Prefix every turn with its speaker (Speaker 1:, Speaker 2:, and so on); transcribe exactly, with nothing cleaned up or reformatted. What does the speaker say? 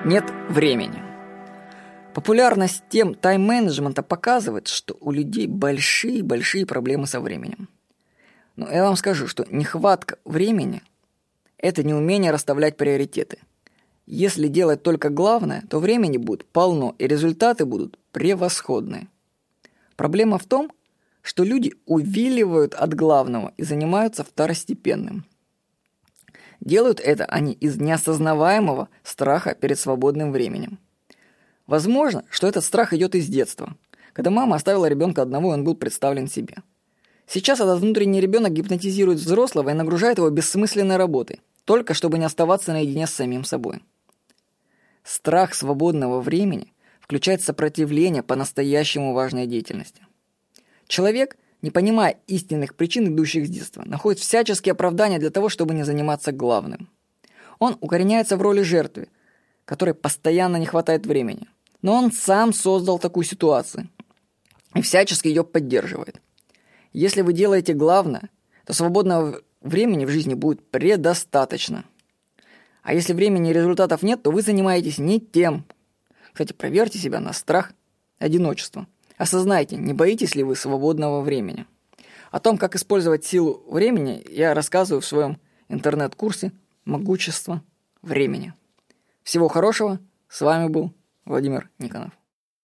Speaker 1: Нет времени. Популярность тем тайм-менеджмента показывает, что у людей большие-большие проблемы со временем. Но я вам скажу, что нехватка времени – это неумение расставлять приоритеты. Если делать только главное, то времени будет полно, и результаты будут превосходные. Проблема в том, что люди увиливают от главного и занимаются второстепенным. Делают это они из неосознаваемого страха перед свободным временем. Возможно, что этот страх идет из детства, когда мама оставила ребенка одного, и он был представлен себе. Сейчас этот внутренний ребенок гипнотизирует взрослого и нагружает его бессмысленной работой, только чтобы не оставаться наедине с самим собой. Страх свободного времени включает сопротивление по-настоящему важной деятельности. Человек, не понимая истинных причин, идущих с детства, находит всяческие оправдания для того, чтобы не заниматься главным. Он укореняется в роли жертвы, которой постоянно не хватает времени. Но он сам создал такую ситуацию и всячески ее поддерживает. Если вы делаете главное, то свободного времени в жизни будет предостаточно. А если времени и результатов нет, то вы занимаетесь не тем. Кстати, проверьте себя на страх одиночества. Осознайте, не боитесь ли вы свободного времени. О том, как использовать силу времени, я рассказываю в своем интернет-курсе «Могущество времени». Всего хорошего. С вами был Владимир Никонов.